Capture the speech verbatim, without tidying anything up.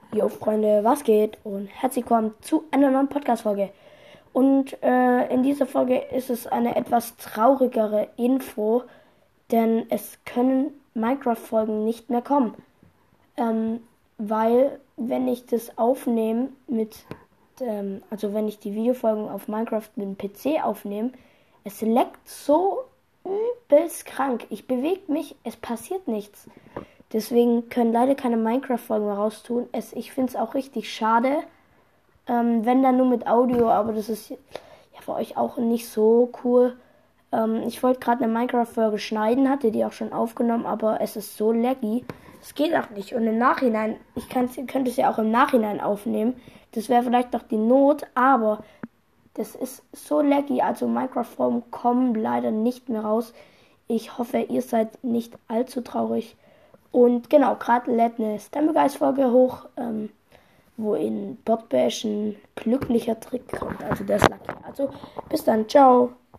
Jo Freunde, was geht? Und herzlich willkommen zu einer neuen Podcast-Folge. Und äh, in dieser Folge ist es eine etwas traurigere Info, denn es können Minecraft-Folgen nicht mehr kommen. Ähm, weil, wenn ich das aufnehme mit, ähm, also wenn ich die Videofolgen auf Minecraft mit dem P C aufnehme, es leckt so übelst krank. Ich bewege mich, es passiert nichts. Deswegen können leider keine Minecraft-Folgen mehr raustun. Es, ich finde es auch richtig schade, ähm, wenn dann nur mit Audio, aber das ist ja für euch auch nicht so cool. Ähm, ich wollte gerade eine Minecraft-Folge schneiden, hatte die auch schon aufgenommen, aber es ist so laggy. Es geht auch nicht. Und im Nachhinein, ich könnte es ja auch im Nachhinein aufnehmen. Das wäre vielleicht doch die Not, aber das ist so laggy. Also Minecraft-Folgen kommen leider nicht mehr raus. Ich hoffe, ihr seid nicht allzu traurig. Und genau, gerade lädt eine Stammegeist-Folge hoch, ähm, wo in Botbash ein glücklicher Trick kommt. Also der ist lucky. Also bis dann, ciao.